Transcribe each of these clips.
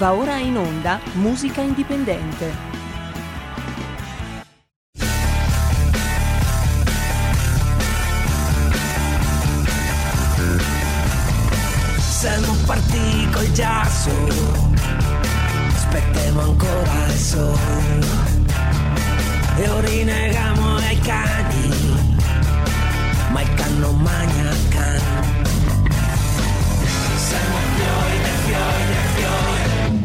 Va ora in onda Musica Indipendente. Siamo partiti col giasso, aspettiamo ancora il sole e orinegamo ai cani, ma il can non mangia il can. Siamo fiori dei fiori dei fiori,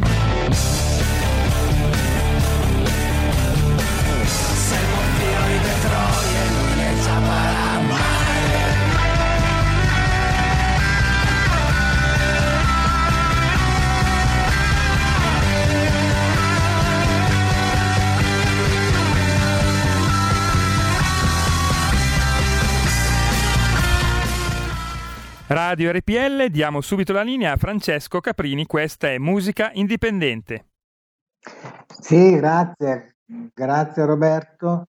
siamo fiori di Troia e non ne saprà mai. Radio RPL, diamo subito la linea a Francesco Caprini, questa è Musica Indipendente. Sì, grazie Roberto.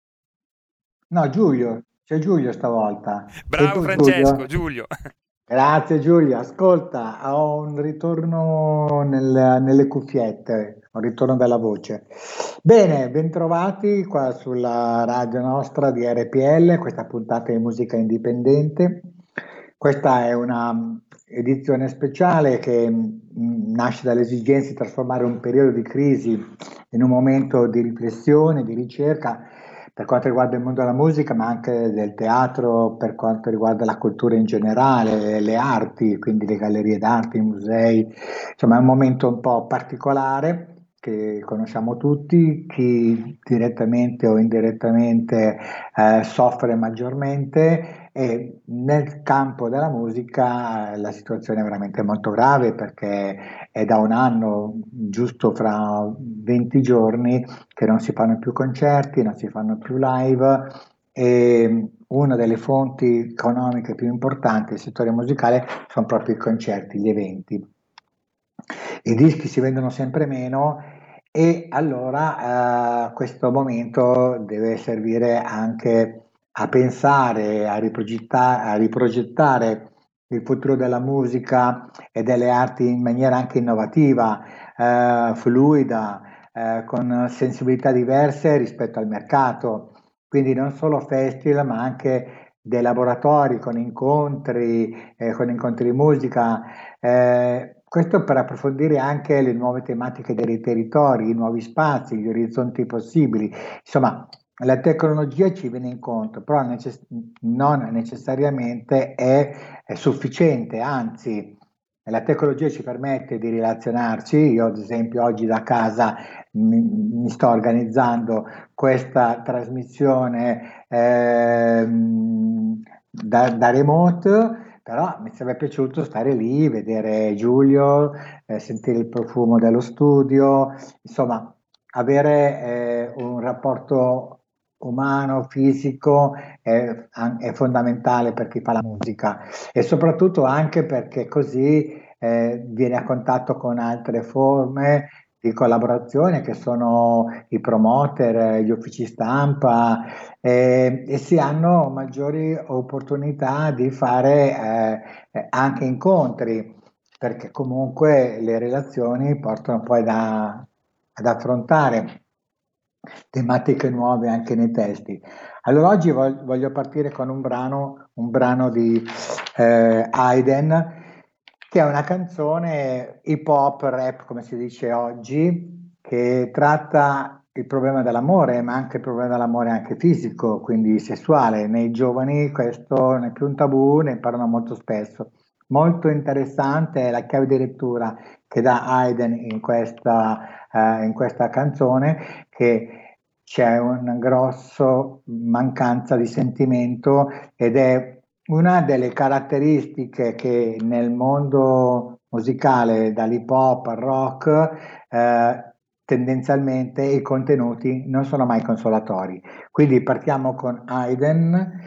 No, Giulio, c'è Giulio stavolta. Sei Bravo tu, Francesco, Giulio. Grazie Giulio, ascolta, ho un ritorno nelle cuffiette, un ritorno della voce. Bene, bentrovati qua sulla radio nostra di RPL, questa puntata di Musica Indipendente. Questa è una edizione speciale che nasce dall'esigenza di trasformare un periodo di crisi in un momento di riflessione, di ricerca per quanto riguarda il mondo della musica, ma anche del teatro, per quanto riguarda la cultura in generale, le arti, quindi le gallerie d'arte, i musei. Insomma, è un momento un po' particolare che conosciamo tutti, chi direttamente o indirettamente soffre maggiormente, e nel campo della musica la situazione è veramente molto grave perché è da un anno, giusto fra 20 giorni, che non si fanno più concerti, non si fanno più live, e una delle fonti economiche più importanti del settore musicale sono proprio i concerti, gli eventi. I dischi si vendono sempre meno e allora questo momento deve servire anche a pensare, a riprogettare il futuro della musica e delle arti in maniera anche innovativa, fluida, con sensibilità diverse rispetto al mercato. Quindi non solo festival, ma anche dei laboratori con incontri di musica. Questo per approfondire anche le nuove tematiche dei territori, i nuovi spazi, gli orizzonti possibili. Insomma, la tecnologia ci viene incontro, però non necessariamente è sufficiente, anzi, la tecnologia ci permette di relazionarci. Io, ad esempio, oggi da casa mi sto organizzando questa trasmissione da remote, però mi sarebbe piaciuto stare lì, vedere Giulio, sentire il profumo dello studio, insomma, avere un rapporto umano, fisico è fondamentale per chi fa la musica, e soprattutto anche perché così viene a contatto con altre forme di collaborazione che sono i promoter, gli uffici stampa, e si hanno maggiori opportunità di fare anche incontri, perché comunque le relazioni portano poi ad affrontare tematiche nuove anche nei testi. Allora oggi voglio partire con un brano di Haydn, che è una canzone hip hop, rap come si dice oggi, che tratta il problema dell'amore, ma anche il problema dell'amore anche fisico, quindi sessuale. Nei giovani questo non è più un tabù, ne parlano molto spesso. Molto interessante è la chiave di lettura che dà Haydn in questa canzone, che c'è una grossa mancanza di sentimento, ed è una delle caratteristiche che nel mondo musicale, dall'hip hop al rock, tendenzialmente i contenuti non sono mai consolatori. Quindi partiamo con Haydn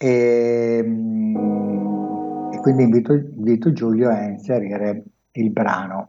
e quindi invito Giulio a inserire il brano.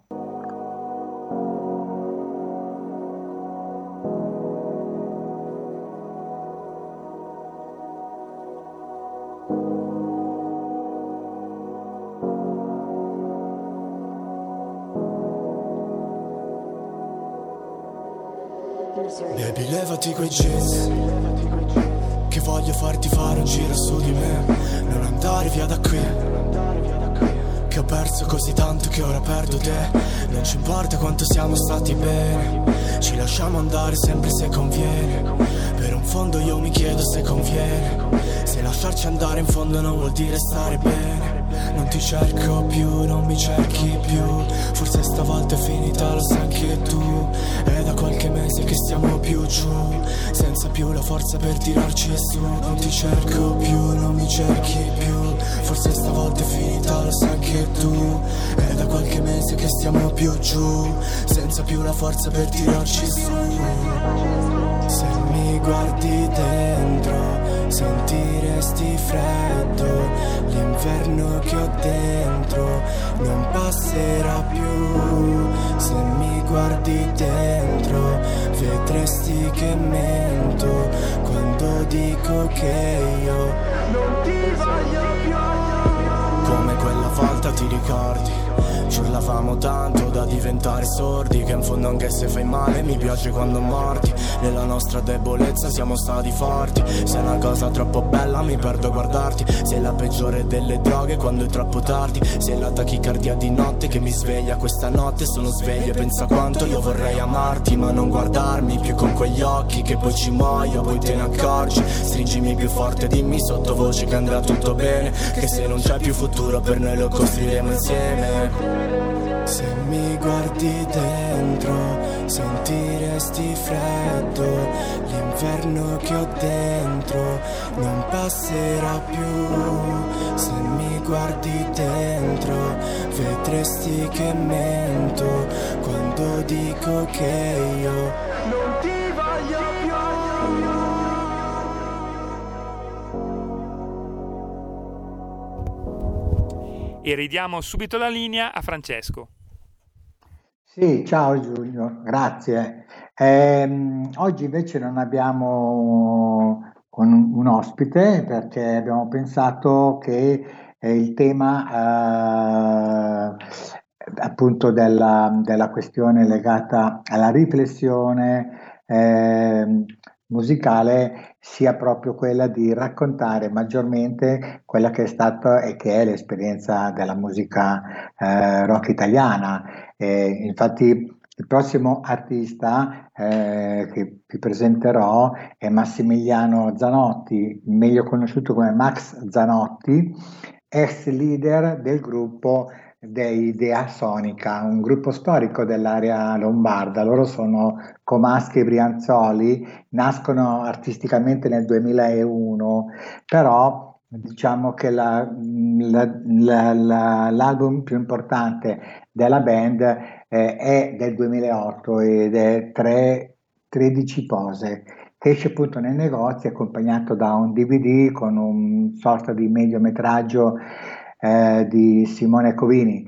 Baby, levati quei jeans, che voglio farti fare un giro su di me. Non andare via da qui, che ho perso così tanto che ora perdo te. Non ci importa quanto siamo stati bene, ci lasciamo andare sempre se conviene. Per un fondo io mi chiedo se conviene, se lasciarci andare in fondo non vuol dire stare bene. Non ti cerco più, non mi cerchi più, forse stavolta è finita, lo sai anche tu. È da qualche mese che stiamo più giù, senza più la forza per tirarci su. Non ti cerco più, non mi cerchi più, forse stavolta è finita, lo sai anche tu. È da qualche mese che stiamo più giù, senza più la forza per tirarci su. Se mi guardi dentro, sentiresti freddo. L'inverno che ho dentro non passerà più. Se mi guardi dentro, vedresti che mento quando dico che io non ti voglio più. Come quella volta ti ricordi? Ci urlavamo tanto da diventare sordi, che in fondo anche se fai male mi piace quando morti. Nella nostra debolezza siamo stati forti. Se è una cosa troppo bella mi perdo a guardarti. Sei la peggiore delle droghe quando è troppo tardi. Sei la tachicardia di notte che mi sveglia. Questa notte sono sveglio e pensa quanto io vorrei amarti, ma non guardarmi più con quegli occhi che poi ci muoio, poi te ne accorgi. Stringimi più forte, dimmi sottovoce che andrà tutto bene, che se non c'è più futuro per noi lo costruiremo insieme. Se mi guardi dentro, sentiresti freddo. L'inverno che ho dentro non passerà più. Se mi guardi dentro, vedresti che mento quando dico che io non ti voglio più. E ridiamo subito la linea a Francesco. Sì, ciao Giulio, grazie. Oggi invece non abbiamo un ospite perché abbiamo pensato che il tema appunto della questione legata alla riflessione musicale sia proprio quella di raccontare maggiormente quella che è stata e che è l'esperienza della musica rock italiana. Infatti il prossimo artista che vi presenterò è Massimiliano Zanotti, meglio conosciuto come Max Zanotti, ex leader del gruppo dei Dea Sonica, un gruppo storico dell'area lombarda. Loro sono comaschi e brianzoli, nascono artisticamente nel 2001, però diciamo che l'album più importante della band è del 2008 ed è 13 pose, che esce appunto nei negozi accompagnato da un DVD con un sorta di mediometraggio di Simone Covini.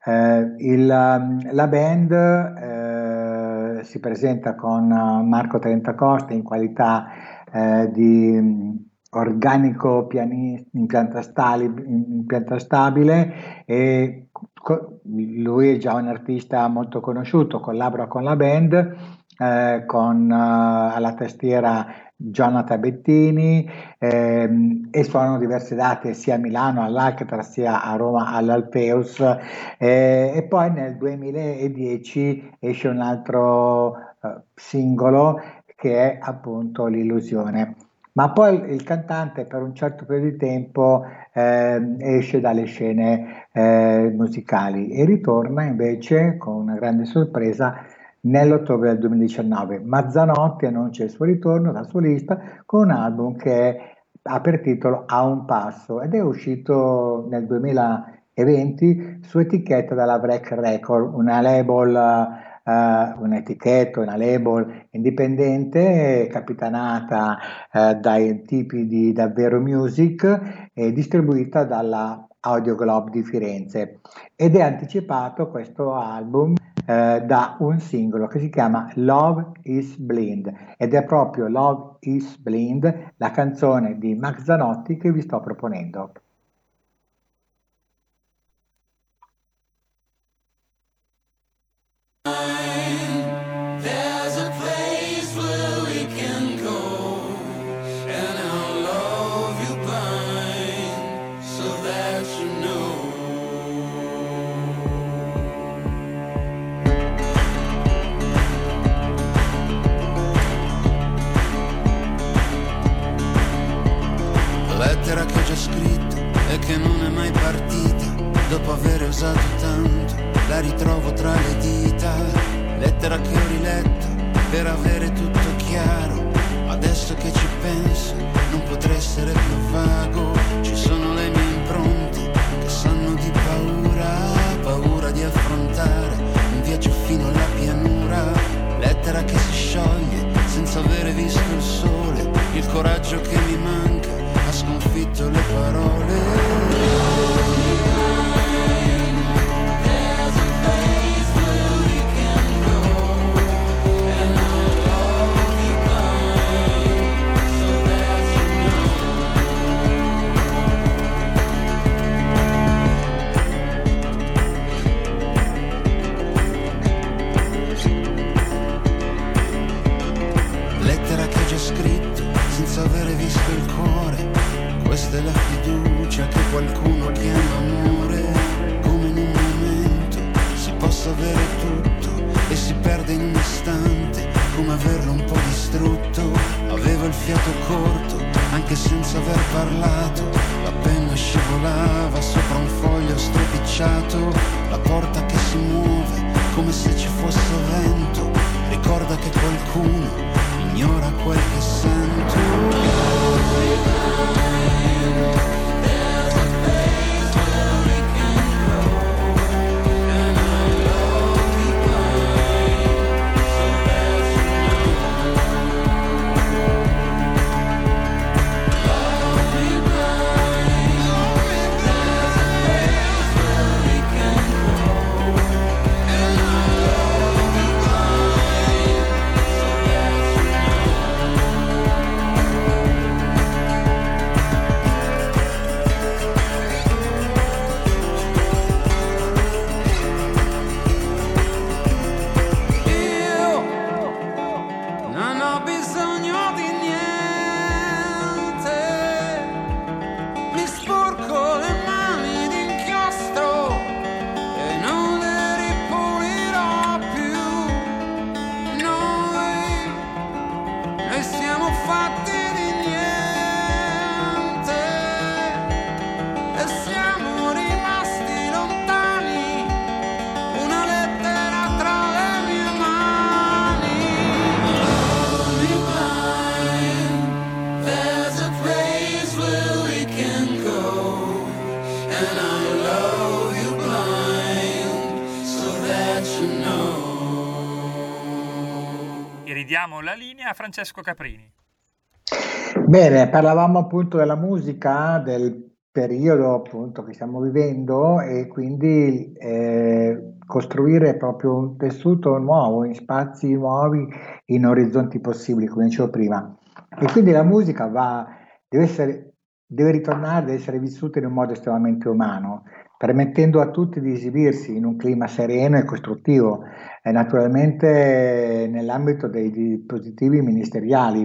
La band si presenta con Marco Trentacosta in qualità di organico pianista in pianta stabile, e lui è già un artista molto conosciuto, collabora con la band, con alla tastiera Jonathan Bettini, e suonano diverse date sia a Milano all'Alcatraz sia a Roma all'Alpeus, e poi nel 2010 esce un altro singolo che è appunto L'illusione. Ma poi il cantante per un certo periodo di tempo esce dalle scene musicali e ritorna invece con una grande sorpresa nell'ottobre del 2019. Mazzanotti annuncia il suo ritorno da solista con un album che ha per titolo A un passo ed è uscito nel 2020 su etichetta della Break Record, una label indipendente capitanata dai tipi di Davvero Music e distribuita dalla Audio Globe di Firenze, ed è anticipato questo album da un singolo che si chiama Love is Blind, ed è proprio Love is Blind la canzone di Max Zanotti che vi sto proponendo. There's a place where dopo aver usato tanto, la ritrovo tra le dita. Lettera che ho riletto per avere tutto chiaro. Adesso che ci penso non potrei essere più vago. Ci sono le mie impronte che sanno di paura di affrontare un viaggio fino alla pianura. Lettera che si scioglie senza avere visto il sole. Il coraggio che mi manca ha sconfitto le parole. Senza avere visto il cuore, questa è la fiducia che qualcuno chiama amore. Come in un momento si possa avere tutto e si perde in un istante, come averlo un po' distrutto. Avevo il fiato corto, anche senza aver parlato. La penna scivolava sopra un foglio stropicciato. La porta che si muove, come se ci fosse vento. Ricorda che qualcuno ignora quel che sento. Ridiamo la linea a Francesco Caprini. Bene, parlavamo appunto della musica, del periodo appunto che stiamo vivendo e quindi costruire proprio un tessuto nuovo, in spazi nuovi, in orizzonti possibili, come dicevo prima. E quindi la musica deve ritornare, deve essere vissuta in un modo estremamente umano, permettendo a tutti di esibirsi in un clima sereno e costruttivo, naturalmente nell'ambito dei dispositivi ministeriali,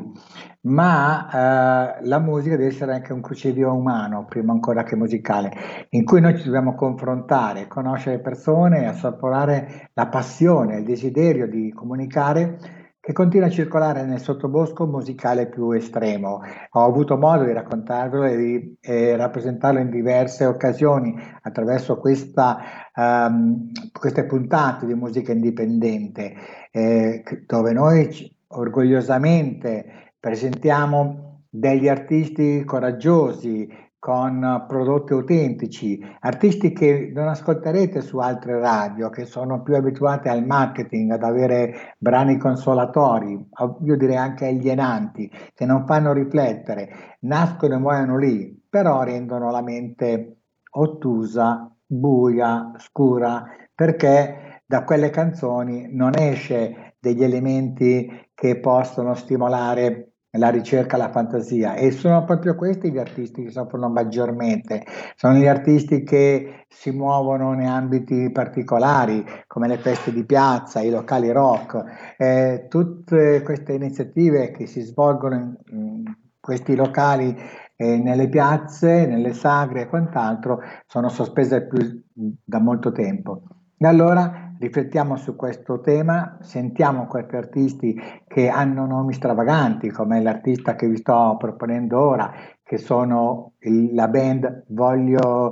ma la musica deve essere anche un crocevio umano, prima ancora che musicale, in cui noi ci dobbiamo confrontare, conoscere persone, assaporare la passione, il desiderio di comunicare che continua a circolare nel sottobosco musicale più estremo. Ho avuto modo di raccontarvelo e di rappresentarlo in diverse occasioni attraverso queste puntate di musica indipendente, dove noi orgogliosamente presentiamo degli artisti coraggiosi, con prodotti autentici, artisti che non ascolterete su altre radio, che sono più abituati al marketing, ad avere brani consolatori, io direi anche alienanti, che non fanno riflettere, nascono e muoiono lì, però rendono la mente ottusa, buia, scura, perché da quelle canzoni non esce degli elementi che possono stimolare la ricerca, la fantasia, e sono proprio questi gli artisti che soffrono maggiormente, sono gli artisti che si muovono in ambiti particolari come le feste di piazza, i locali rock, tutte queste iniziative che si svolgono in questi locali, nelle piazze, nelle sagre e quant'altro, sono sospese da molto tempo. E allora riflettiamo su questo tema, sentiamo questi artisti che hanno nomi stravaganti, come l'artista che vi sto proponendo ora, che sono la band Voglio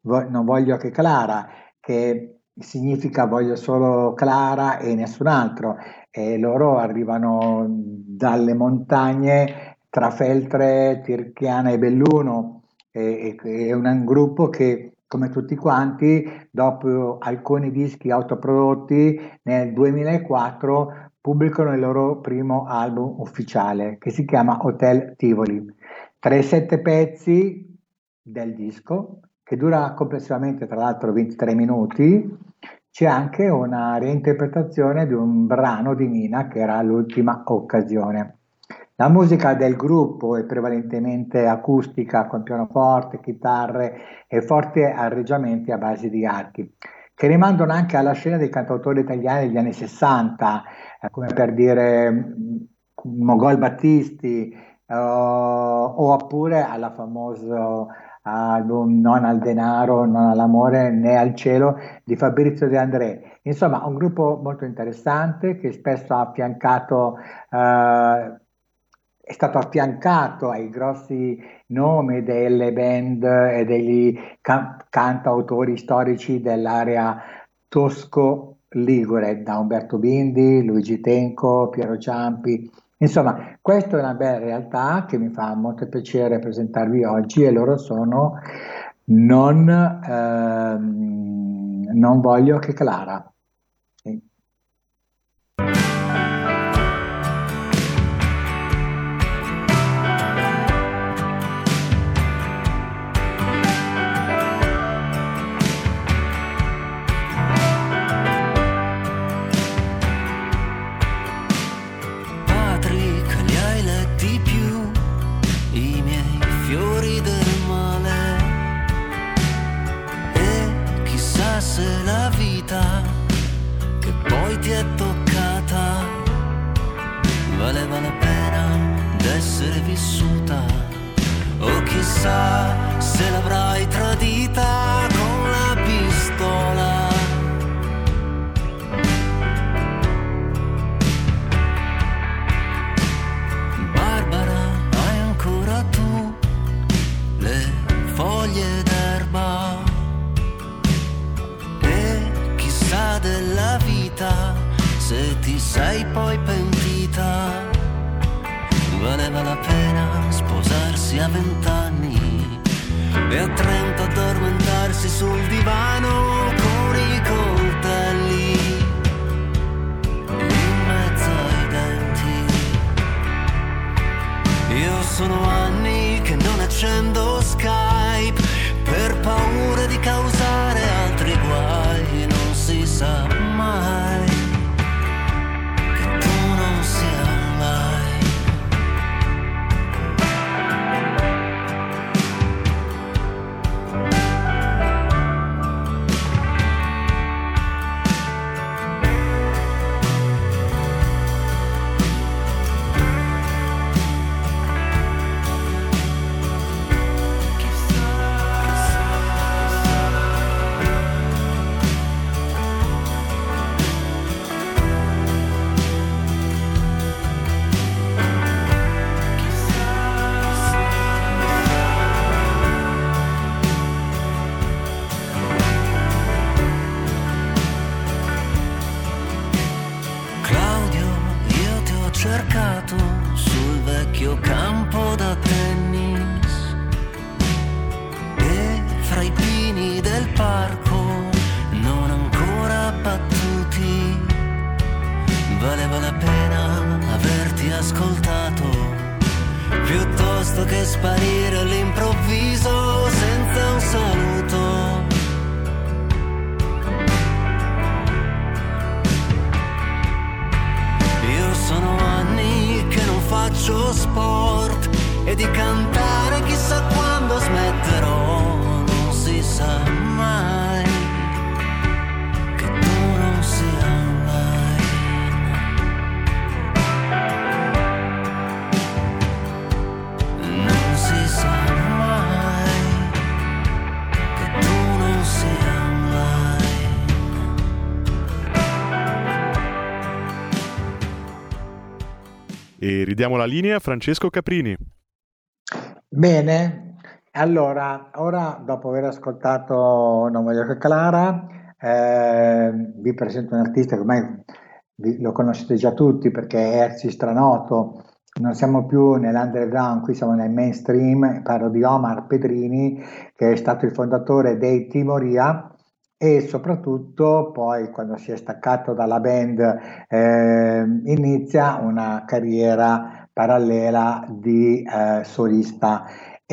non voglio che Clara, che significa voglio solo Clara e nessun altro, e loro arrivano dalle montagne tra Feltre, Tirchiana e Belluno, è un gruppo che, come tutti quanti, dopo alcuni dischi autoprodotti, nel 2004 pubblicano il loro primo album ufficiale, che si chiama Hotel Tivoli. Tra i 7 pezzi del disco, che dura complessivamente tra l'altro 23 minuti, c'è anche una reinterpretazione di un brano di Mina che era L'ultima occasione. La musica del gruppo è prevalentemente acustica, con pianoforte, chitarre e forti arrangiamenti a base di archi, che rimandano anche alla scena dei cantautori italiani degli anni 60, come per dire Mogol Battisti, o oppure alla famoso album Non al denaro, non all'amore né al cielo di Fabrizio De André. Insomma, un gruppo molto interessante che spesso ha affiancato, è stato affiancato ai grossi nomi delle band e degli cantautori storici dell'area tosco-ligure, da Umberto Bindi, Luigi Tenco, Piero Ciampi. Insomma, questa è una bella realtà che mi fa molto piacere presentarvi oggi, e loro sono Non voglio che Clara. Sì. Se la vita che poi ti è toccata valeva la pena d'essere vissuta, o chissà se l'avrai tradita con la pistola. Barbara, hai ancora tu le foglie d'erba della vita, se ti sei poi pentita, valeva la pena sposarsi a 20 anni e a 30 addormentarsi sul divano con i coltelli in mezzo ai denti. Io sono anni che non accendo Skype per paura di causare altri guai. Non si sa mai che tu non sia mai. Cercato sul vecchio campo da tennis e fra i pini del parco non ancora battuti, valeva la pena averti ascoltato piuttosto che sparire all'improvviso senza un saluto. Sono anni che non faccio sport e di cantare chissà quando smetterò. Non si sa mai che tu non sia online. Non si sa mai che tu non sia online. E ridiamo la linea a Francesco Caprini. Bene, Allora, ora dopo aver ascoltato Non voglio che Clara, vi presento un artista che ormai lo conoscete già tutti perché è arcistranoto. Non siamo più nell'underground, qui siamo nel mainstream. Parlo di Omar Pedrini, che è stato il fondatore dei Timoria e soprattutto poi, quando si è staccato dalla band, inizia una carriera parallela di solista.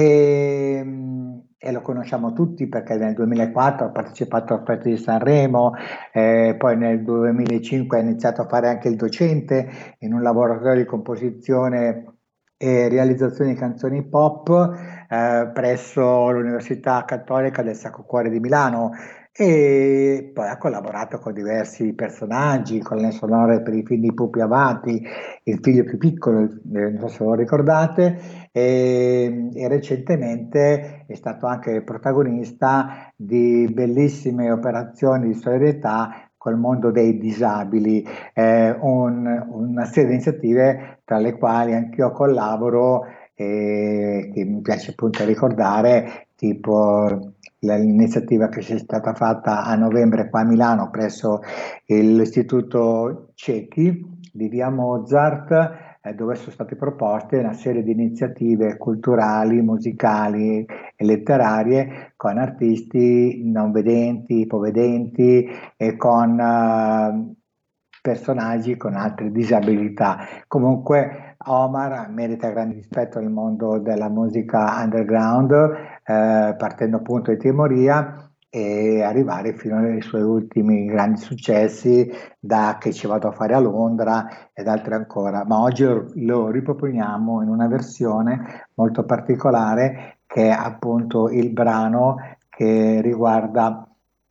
E lo conosciamo tutti perché nel 2004 ha partecipato al Festival di Sanremo, poi nel 2005 ha iniziato a fare anche il docente in un laboratorio di composizione e realizzazione di canzoni pop presso l'Università Cattolica del Sacro Cuore di Milano, e poi ha collaborato con diversi personaggi, con le sonore per i film di Pupi Avati, Il figlio più piccolo, non so se lo ricordate, e recentemente è stato anche protagonista di bellissime operazioni di solidarietà col mondo dei disabili, una serie di iniziative tra le quali anch'io collaboro, che mi piace appunto ricordare, tipo l'iniziativa che è stata fatta a novembre qua a Milano presso l'Istituto Ciechi di Via Mozart, dove sono state proposte una serie di iniziative culturali, musicali e letterarie con artisti non vedenti, ipovedenti e con personaggi con altre disabilità. Comunque Omar merita grande rispetto nel mondo della musica underground, partendo appunto da Timoria e arrivare fino ai suoi ultimi grandi successi, da Che ci vado a fare a Londra ed altri ancora. Ma oggi lo riproponiamo in una versione molto particolare, che è appunto il brano che riguarda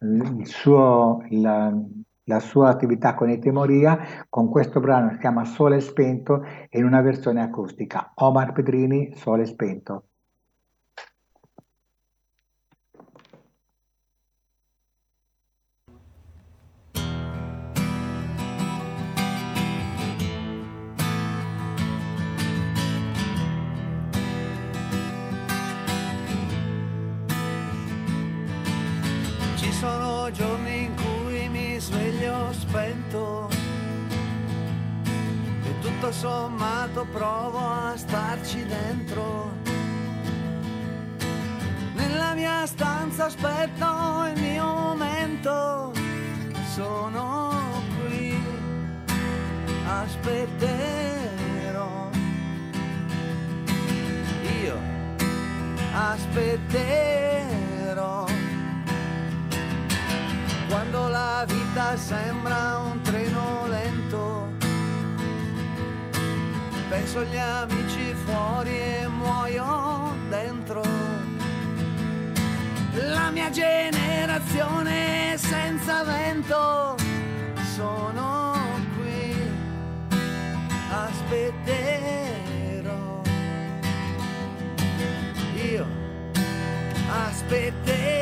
la sua attività con i Timoria. Con questo brano si chiama Sole Spento e in una versione acustica. Omar Pedrini, Sole Spento. Ci sono giorni in cui mi sveglio spento e tutto sommato provo a starci dentro. Nella mia stanza aspetto il mio momento, sono qui, aspetterò, io aspetterò. Quando la vita sembra un treno lento, penso agli amici fuori e muoio dentro. La mia generazione senza vento, sono qui, aspetterò, io aspetterò.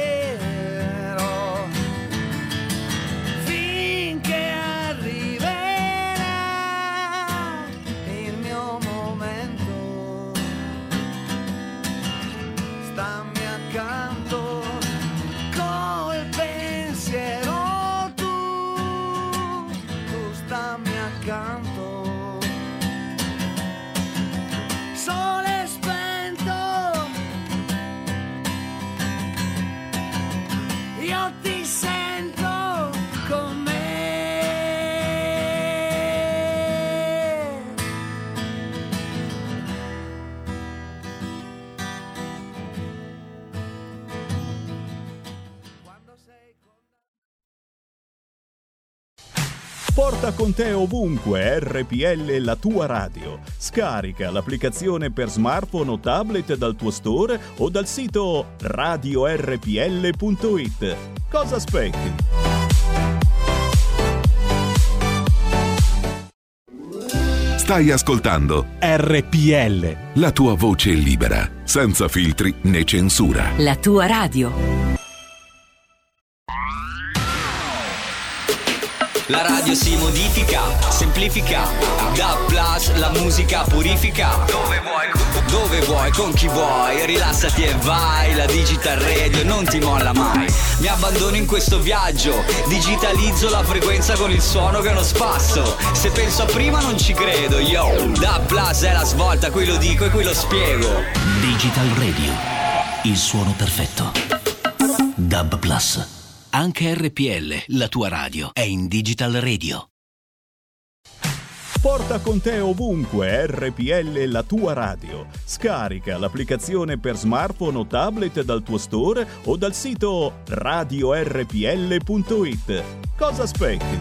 Porta con te ovunque RPL, la tua radio. Scarica l'applicazione per smartphone o tablet dal tuo store o dal sito radiorpl.it. Cosa aspetti? Stai ascoltando RPL, la tua voce libera, senza filtri né censura. La tua radio. La radio si modifica, semplifica. Da Plus la musica purifica. Dove vuoi, con chi vuoi, rilassati e vai. La Digital Radio non ti molla mai. Mi abbandono in questo viaggio, digitalizzo la frequenza con il suono che non spasso. Se penso a prima non ci credo, yo. Da Plus è la svolta, qui lo dico e qui lo spiego. Digital Radio, il suono perfetto. DAB Plus. Anche RPL, la tua radio, è in Digital Radio. Porta con te ovunque RPL, la tua radio. Scarica l'applicazione per smartphone o tablet dal tuo store o dal sito radiorpl.it. Cosa aspetti?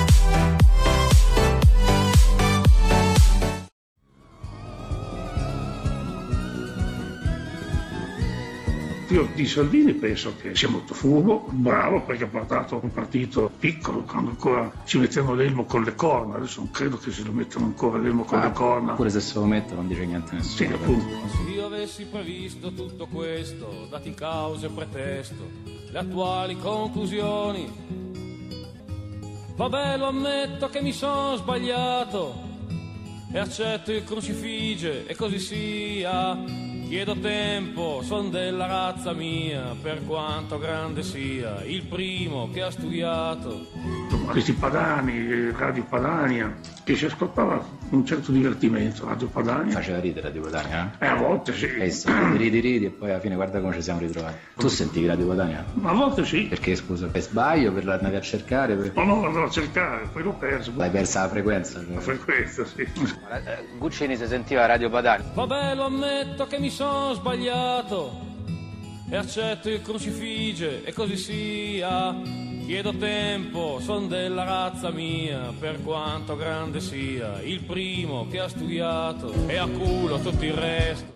Io di Salvini penso che sia molto furbo, bravo, perché ha portato un partito piccolo, quando ancora ci mettevano l'elmo con le corna. Adesso non credo che se lo mettano ancora l'elmo con le corna. Pure se se lo mettono non dice niente nessuno. Sì, appunto. Se io avessi previsto tutto questo, dati causa e pretesto, le attuali conclusioni, vabbè, lo ammetto che mi sono sbagliato e accetto il crucifige e così sia. Chiedo tempo, son della razza mia, per quanto grande sia, il primo che ha studiato. Questi Padani, Radio Padania, che si ascoltava un certo divertimento, Radio Padania. Faceva ridere Radio Padania, a volte sì. Ridi e poi alla fine guarda come ci siamo ritrovati. Tu sentivi Radio Padania? A volte sì. Perché scusa, per sbaglio, per andavi a cercare? No, andavo a cercare, poi l'ho perso. L'hai persa la frequenza? La frequenza, sì. Guccini si sentiva Radio Padania. Vabbè, lo ammetto che mi sono sbagliato e accetto il crucifige e così sia. Chiedo tempo, son della razza mia, per quanto grande sia, il primo che ha studiato e a culo tutto il resto.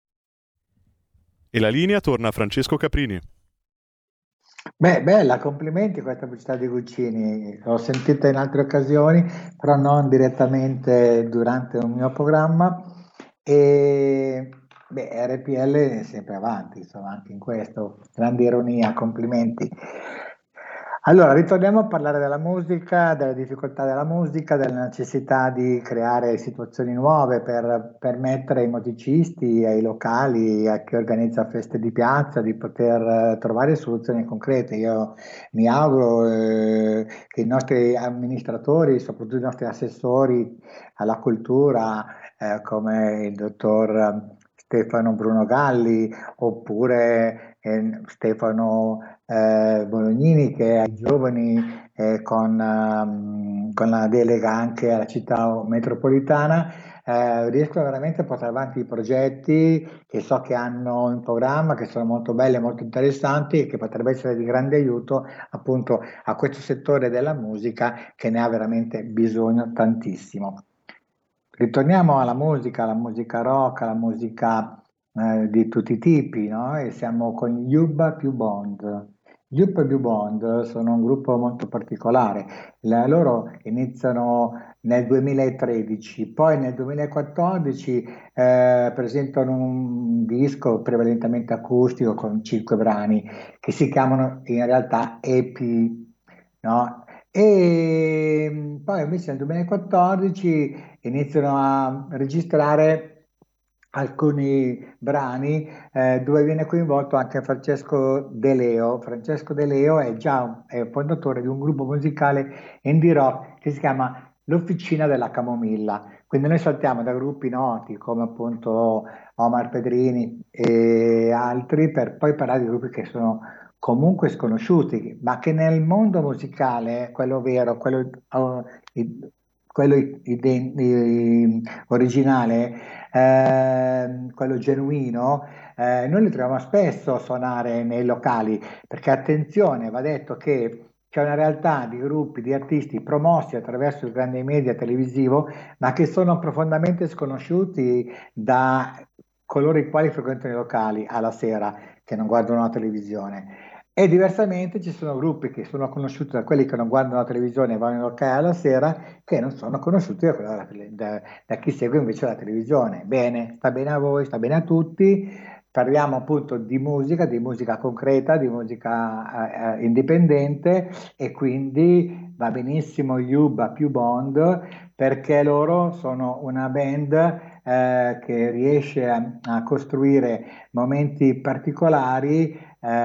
E la linea torna a Francesco Caprini. Beh, bella, complimenti questa pubblicità di Guccini, l'ho sentita in altre occasioni, però non direttamente durante un mio programma. E RPL è sempre avanti, insomma, anche in questo, grande ironia, complimenti. Allora, ritorniamo a parlare della musica, delle difficoltà della musica, della necessità di creare situazioni nuove per permettere ai musicisti, ai locali, a chi organizza feste di piazza di poter trovare soluzioni concrete. Io mi auguro che i nostri amministratori, soprattutto i nostri assessori alla cultura, come il dottor Stefano Bruno Galli oppure Stefano Bolognini, che ai giovani con la delega anche alla città metropolitana riescono veramente a portare avanti i progetti che so che hanno in programma, che sono molto belli e molto interessanti e che potrebbe essere di grande aiuto appunto a questo settore della musica che ne ha veramente bisogno tantissimo. Ritorniamo alla musica rock, alla musica di tutti i tipi, no? E siamo con gli Yubba Più Bond. Gli Yubba Più Bond sono un gruppo molto particolare, loro iniziano nel 2013, poi nel 2014 presentano un disco prevalentemente acustico con 5 brani che si chiamano in realtà EP, no? E poi invece nel 2014 iniziano a registrare alcuni brani dove viene coinvolto anche Francesco De Leo. Francesco De Leo è fondatore di un gruppo musicale indie rock che si chiama L'Officina della Camomilla. Quindi noi saltiamo da gruppi noti come appunto Omar Pedrini e altri per poi parlare di gruppi che sono comunque sconosciuti, ma che nel mondo musicale, quello vero, quello originale, quello genuino, noi li troviamo spesso a suonare nei locali, perché attenzione, va detto che c'è una realtà di gruppi, di artisti promossi attraverso il grande media televisivo, ma che sono profondamente sconosciuti da coloro i quali frequentano i locali alla sera, che non guardano la televisione. E diversamente ci sono gruppi che sono conosciuti da quelli che non guardano la televisione e vanno in locale alla sera, che non sono conosciuti da chi segue invece la televisione. Bene, sta bene a voi, sta bene a tutti, parliamo appunto di musica concreta, di musica indipendente, e quindi va benissimo Yuba più Bond, perché loro sono una band che riesce a costruire momenti particolari,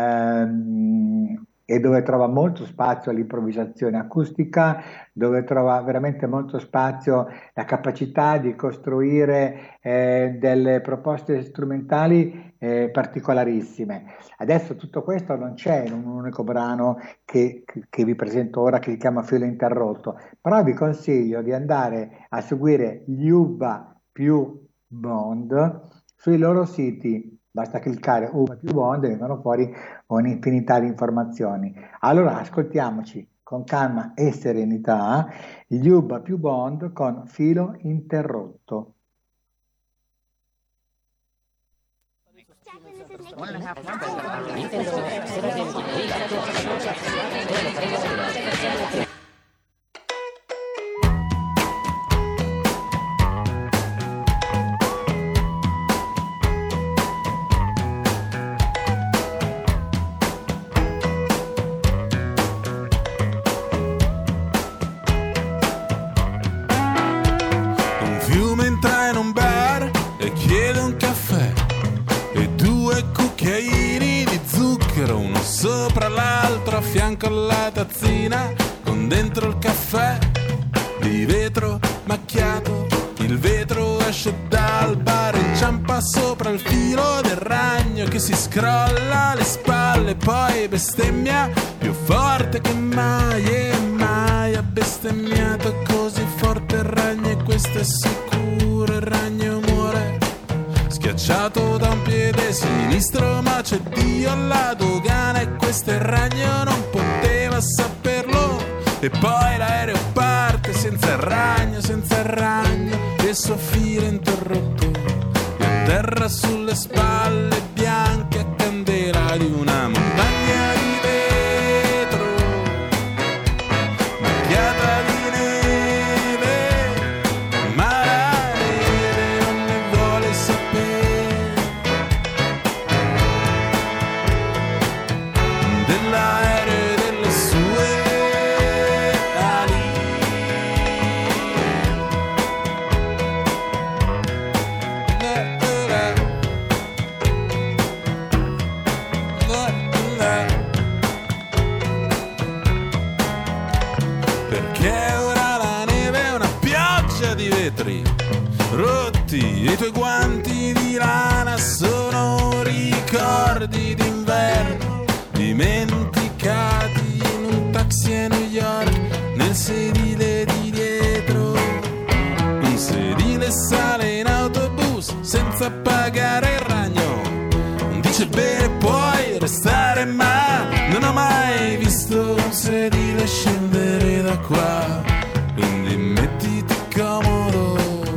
e dove trova molto spazio all'improvvisazione acustica, dove trova veramente molto spazio la capacità di costruire delle proposte strumentali particolarissime. Adesso tutto questo non c'è in un unico brano che vi presento ora, che si chiama Filo Interrotto, però vi consiglio di andare a seguire Yuba più Bond sui loro siti. Basta cliccare Uva più Bond e vengono fuori un'infinità di informazioni. Allora ascoltiamoci con calma e serenità Yuba più Bond con Filo Interrotto. Sopra l'altro a fianco alla tazzina con dentro il caffè di vetro macchiato. Il vetro esce dal bar, inciampa sopra il filo del ragno che si scrolla alle spalle, poi bestemmia più forte che mai, e mai ha bestemmiato così forte il ragno, e questo è sicuro, il ragno muore schiacciato da un piede sinistro, ma c'è Dio alla dogana e questo il ragno non poteva saperlo. E poi l'aereo parte senza il ragno e il suo filo interrotto, e a terra sulle spalle bianche a candela di una montagna di vetro macchiata di neve, ma la neve non ne vuole sapere dell'aereo e delle sue ali. Perché ora la neve è una pioggia di vetri rotti, e i tuoi guanti di lana sono ricordi d'inverno dimenticati in un taxi a New York, nel sedile di dietro. Un sedile sale in autobus senza pagare il ragno, dice bene puoi restare, ma non ho mai visto un sedile scendere da qua, quindi mettiti comodo.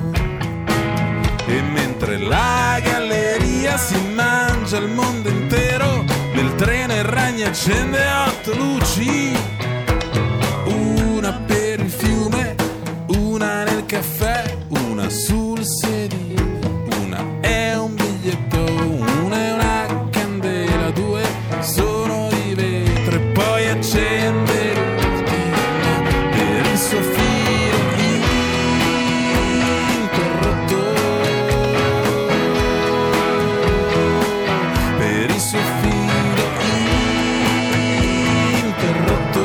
E mentre la galleria si mangia il mondo intero, nel treno il ragno accende 8 luci, una per il fiume, una nel caffè, una sul sedile, una è un biglietto, una è una candela, due sono di vetro, e poi accende l'ultima per il suo filo interrotto, per il suo filo interrotto,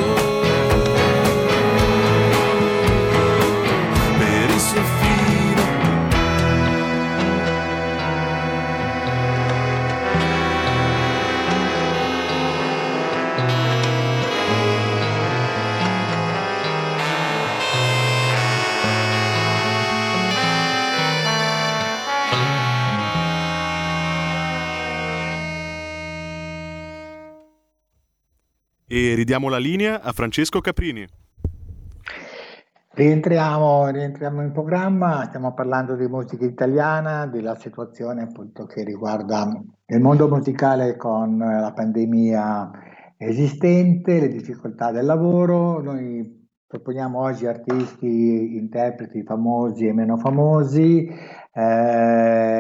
per il suo filo. E ridiamo la linea a Francesco Caprini. Rientriamo in programma, stiamo parlando di musica italiana, della situazione appunto che riguarda il mondo musicale con la pandemia esistente, le difficoltà del lavoro. Noi proponiamo oggi artisti, interpreti famosi e meno famosi,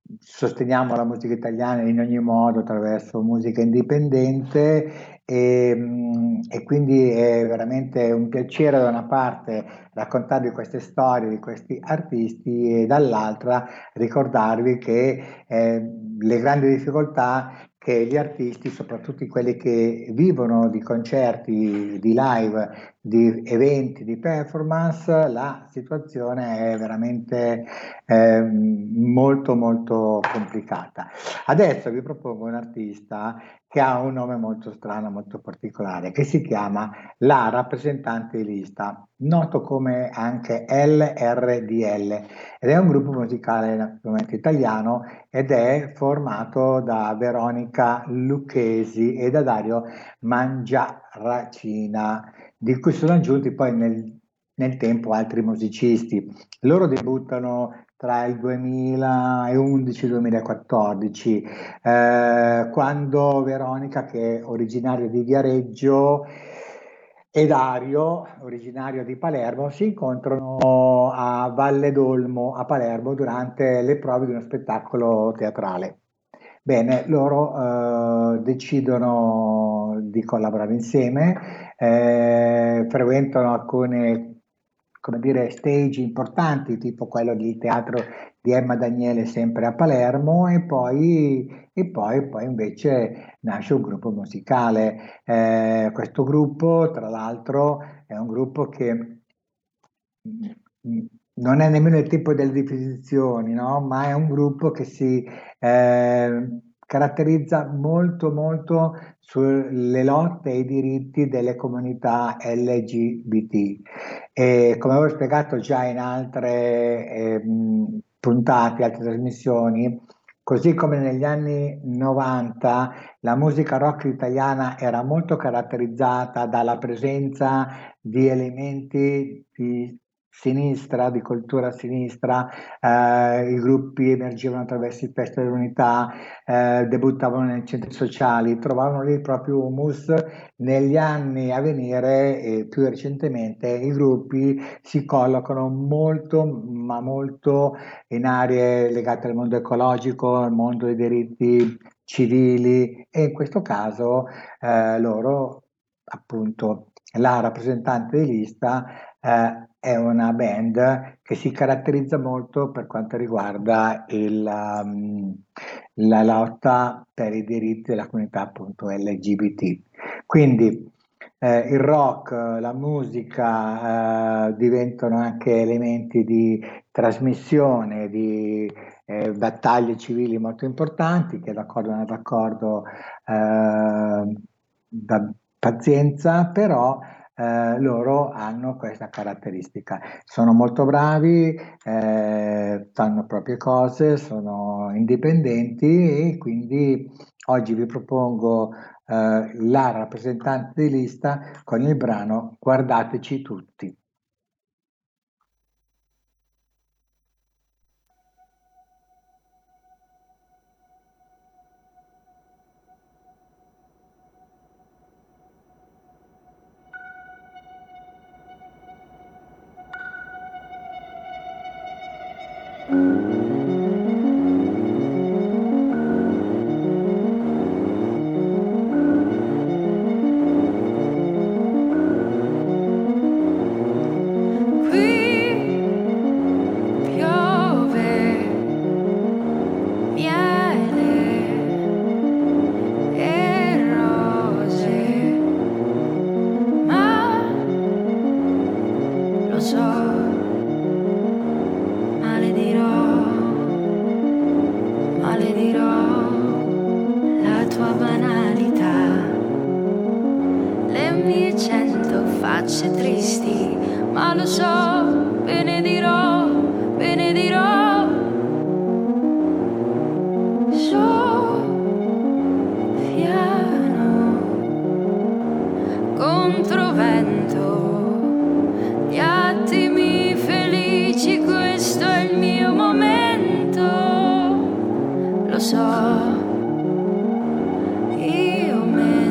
sosteniamo la musica italiana in ogni modo attraverso musica indipendente e quindi è veramente un piacere da una parte raccontarvi queste storie di questi artisti e dall'altra ricordarvi che le grandi difficoltà che gli artisti, soprattutto quelli che vivono di concerti, di live, di eventi, di performance, la situazione è veramente molto molto complicata. Adesso vi propongo un artista che ha un nome molto strano, molto particolare, che si chiama La Rappresentante di Lista, noto come anche LRDL, ed è un gruppo musicale naturalmente italiano ed è formato da Veronica Lucchesi e da Dario Mangiaracina, di cui sono aggiunti poi nel tempo altri musicisti. Loro debuttano tra il 2011 e il 2014, quando Veronica, che è originaria di Viareggio, e Dario, originario di Palermo, si incontrano a Valle d'Olmo a Palermo durante le prove di uno spettacolo teatrale. Bene, loro decidono di collaborare insieme, frequentano alcune, come dire, stage importanti, tipo quello di teatro di Emma Daniele sempre a Palermo, e poi invece nasce un gruppo musicale. Questo gruppo, tra l'altro, è un gruppo che non è nemmeno il tipo delle definizioni, no? Ma è un gruppo che si caratterizza molto molto sulle lotte e i diritti delle comunità LGBT. E come avevo spiegato già in altre puntate, altre trasmissioni, così come negli anni 90 la musica rock italiana era molto caratterizzata dalla presenza di elementi di sinistra, di cultura sinistra, i gruppi emergevano attraverso il Festival dell'Unità, debuttavano nei centri sociali, trovavano lì il proprio humus. Negli anni a venire e più recentemente i gruppi si collocano molto, ma molto in aree legate al mondo ecologico, al mondo dei diritti civili, e in questo caso loro, appunto, La Rappresentante di Lista è una band che si caratterizza molto per quanto riguarda la lotta per i diritti della comunità, appunto, LGBT. Quindi il rock, la musica diventano anche elementi di trasmissione di battaglie civili molto importanti, che d'accordo non è d'accordo da pazienza, però loro hanno questa caratteristica, sono molto bravi, fanno proprie cose, sono indipendenti, e quindi oggi vi propongo La Rappresentante di Lista con il brano Guardateci tutti.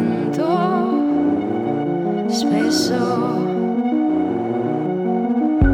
Spesso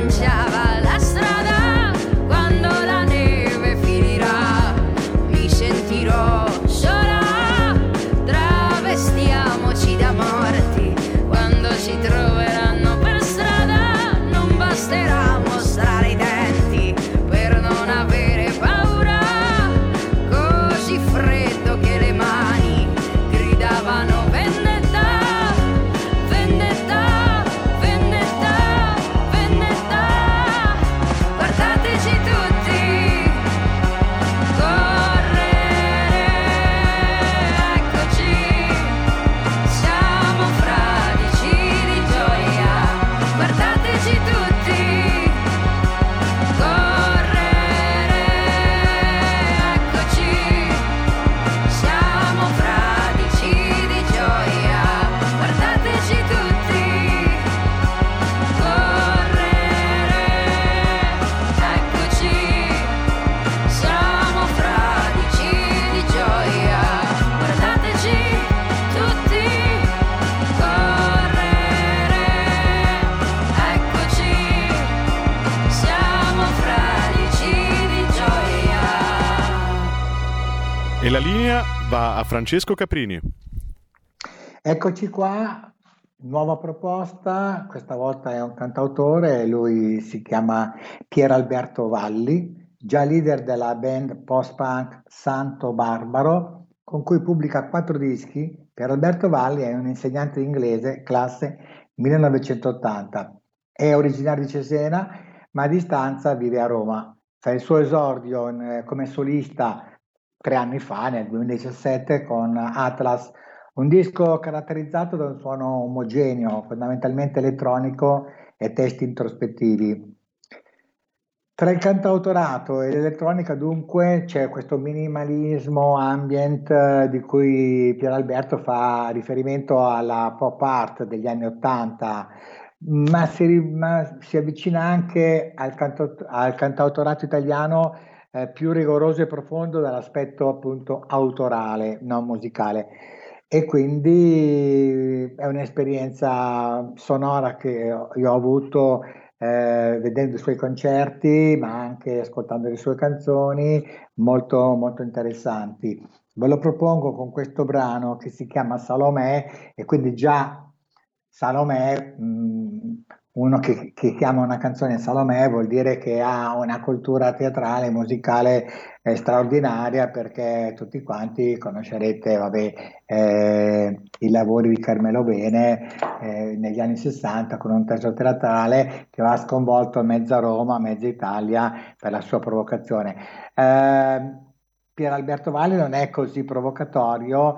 lanciava la strada. Quando la neve finirà mi sentirò sola. Travestiamoci da morti quando ci troveranno per strada. Non basterà mostrare i denti per non avere paura. Così freddo che le mani gridavano vendetta, vendetta, vendetta, vendetta. Guardateci tutti correre, eccoci, siamo fradici di gioia. Guardateci tutti correre, eccoci, siamo fradici di gioia. Guardateci tutti correre, eccoci, siamo fradici di gioia. Guardateci tutti correre, eccoci, siamo fradici di gioia. E la linea va a Francesco Caprini. Eccoci qua, nuova proposta, questa volta è un cantautore, lui si chiama Pier Alberto Valli, già leader della band post-punk Santo Barbaro, con cui pubblica 4 dischi. Pier Alberto Valli è un insegnante di inglese, classe 1980, è originario di Cesena, ma a distanza vive a Roma. Fa il suo esordio come solista 3 anni fa, nel 2017, con Atlas, un disco caratterizzato da un suono omogeneo, fondamentalmente elettronico e testi introspettivi. Tra il cantautorato e l'elettronica, dunque, c'è questo minimalismo ambient di cui Pier Alberto fa riferimento alla pop art degli anni '80, ma si avvicina anche al cantautorato italiano più rigoroso e profondo dall'aspetto appunto autorale, non musicale. E quindi è un'esperienza sonora che io ho avuto vedendo i suoi concerti, ma anche ascoltando le sue canzoni, molto, molto interessanti. Ve lo propongo con questo brano che si chiama Salomè, e quindi già Salomè, uno che chiama una canzone Salomè vuol dire che ha una cultura teatrale e musicale straordinaria, perché tutti quanti conoscerete i lavori di Carmelo Bene negli anni 60, con un testo teatrale che aveva sconvolto mezza Roma, mezza Italia per la sua provocazione. Pier Alberto Valli non è così provocatorio,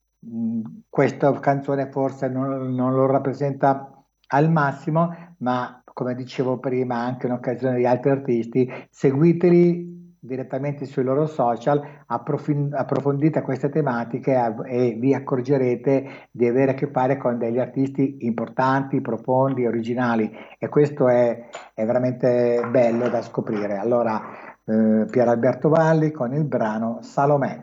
questa canzone forse non lo rappresenta al massimo, ma come dicevo prima, anche in occasione di altri artisti, seguiteli direttamente sui loro social, approfondite queste tematiche e vi accorgerete di avere a che fare con degli artisti importanti, profondi, originali, e questo è veramente bello da scoprire. Allora, Pier Alberto Valli con il brano Salomè.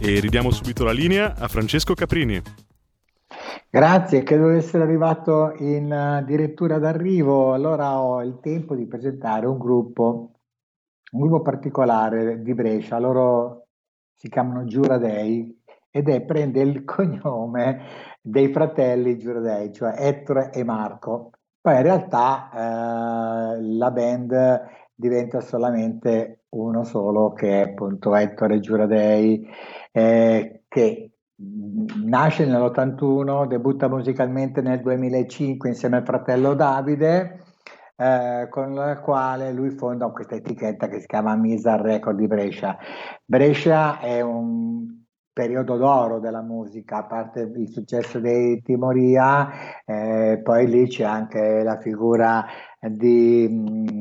E ridiamo subito la linea a Francesco Caprini. Grazie, credo di essere arrivato in addirittura d'arrivo. Allora ho il tempo di presentare un gruppo particolare di Brescia. Loro si chiamano Giuradei ed prende il cognome dei fratelli Giuradei, cioè Ettore e Marco. Poi in realtà la band diventa solamente uno solo, che è appunto Ettore Giuradei, che nasce nell'81, debutta musicalmente nel 2005 insieme al fratello Davide, con la quale lui fonda questa etichetta che si chiama Misa Record di Brescia. Brescia è un periodo d'oro della musica, a parte il successo dei Timoria, poi lì c'è anche la figura di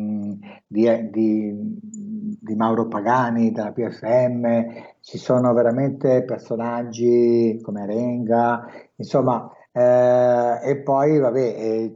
Mauro Pagani della PFM, ci sono veramente personaggi come Renga, insomma, e poi vabbè,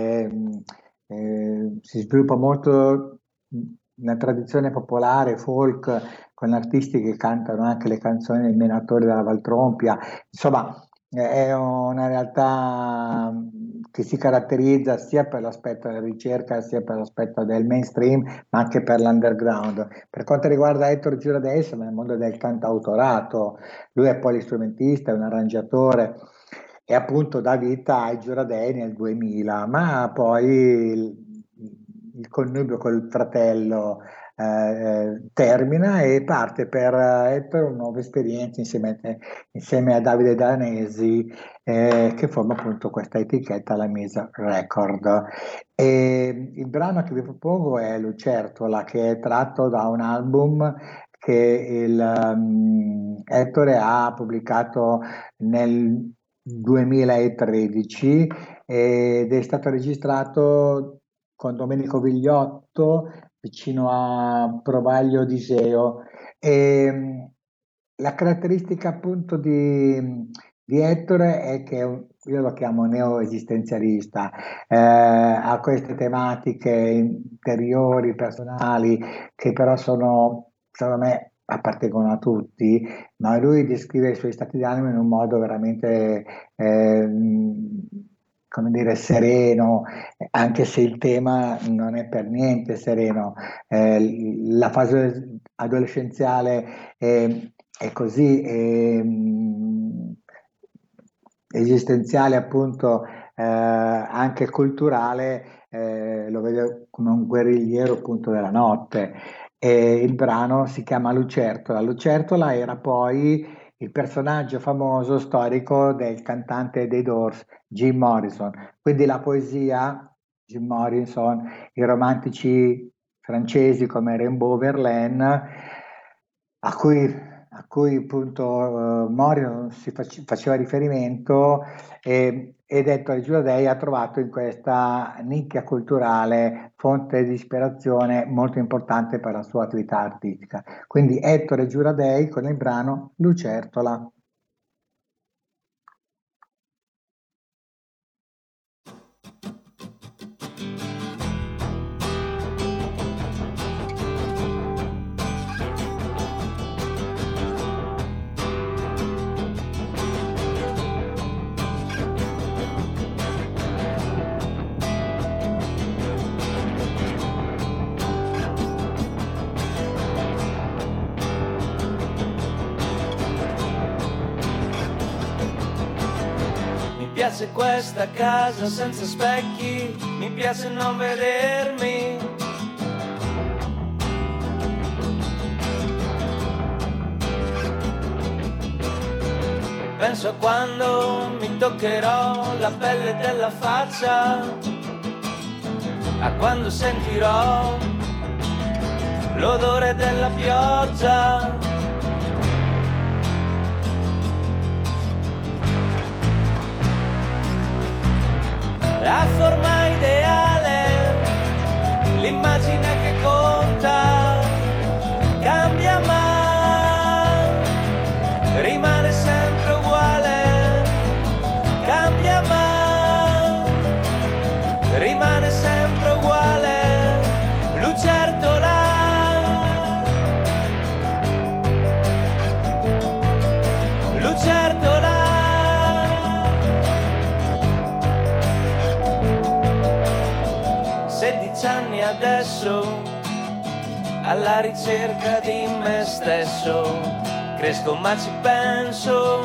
si sviluppa molto una tradizione popolare, folk, con artisti che cantano anche le canzoni dei Menatori della Valtrompia. Insomma, è una realtà che si caratterizza sia per l'aspetto della ricerca, sia per l'aspetto del mainstream, ma anche per l'underground. Per quanto riguarda Ettore Giuradei, siamo nel mondo del cantautorato. Lui è polistrumentista, è un arrangiatore e appunto dà vita ai Giuradei nel 2000, ma poi il connubio col fratello termina e parte per Ettore una nuova esperienza insieme a Davide Danesi, che forma appunto questa etichetta, la Misa Record. E il brano che vi propongo è Lucertola, che è tratto da un album che Ettore ha pubblicato nel 2013 ed è stato registrato con Domenico Vigliotto vicino a Provaglio di Iseo. E la caratteristica appunto di Ettore è che io lo chiamo neo-esistenzialista, ha queste tematiche interiori, personali, che però sono, secondo me, appartengono a tutti, ma lui descrive i suoi stati d'animo in un modo veramente come dire, sereno, anche se il tema non è per niente sereno. La fase adolescenziale è così esistenziale, appunto, anche culturale, lo vedo come un guerrigliero appunto della notte. E il brano si chiama Lucertola. Lucertola era poi il personaggio famoso storico del cantante dei Doors, Jim Morrison. Quindi la poesia, Jim Morrison, i romantici francesi come Rimbaud, Verlaine, a cui appunto Morrison si faceva riferimento, ed Ettore Giuradei ha trovato in questa nicchia culturale fonte di ispirazione molto importante per la sua attività artistica. Quindi Ettore Giuradei con il brano Lucertola. Mi piace questa casa senza specchi, mi piace non vedermi. Penso a quando mi toccherò la pelle della faccia, a quando sentirò l'odore della pioggia. La forma ideale, l'immagine che conta, cambia mai, rimane sempre uguale, cambia mai, rimane sempre uguale, lucertola. spesso alla ricerca di me stesso. Cresco ma ci penso,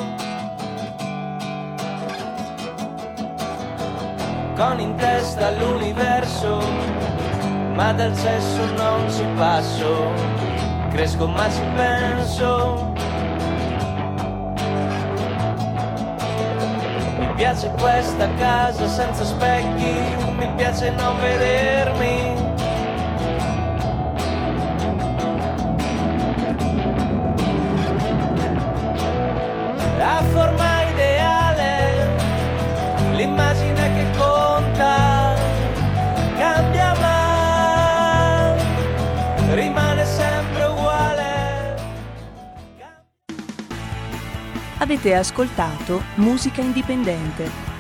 con in testa l'universo, ma dal cesso non ci passo. Cresco ma ci penso. Mi piace questa casa senza specchi, mi piace non vedermi. La forma ideale, l'immagine che conta, cambia ma rimane sempre uguale. Avete ascoltato Musica Indipendente.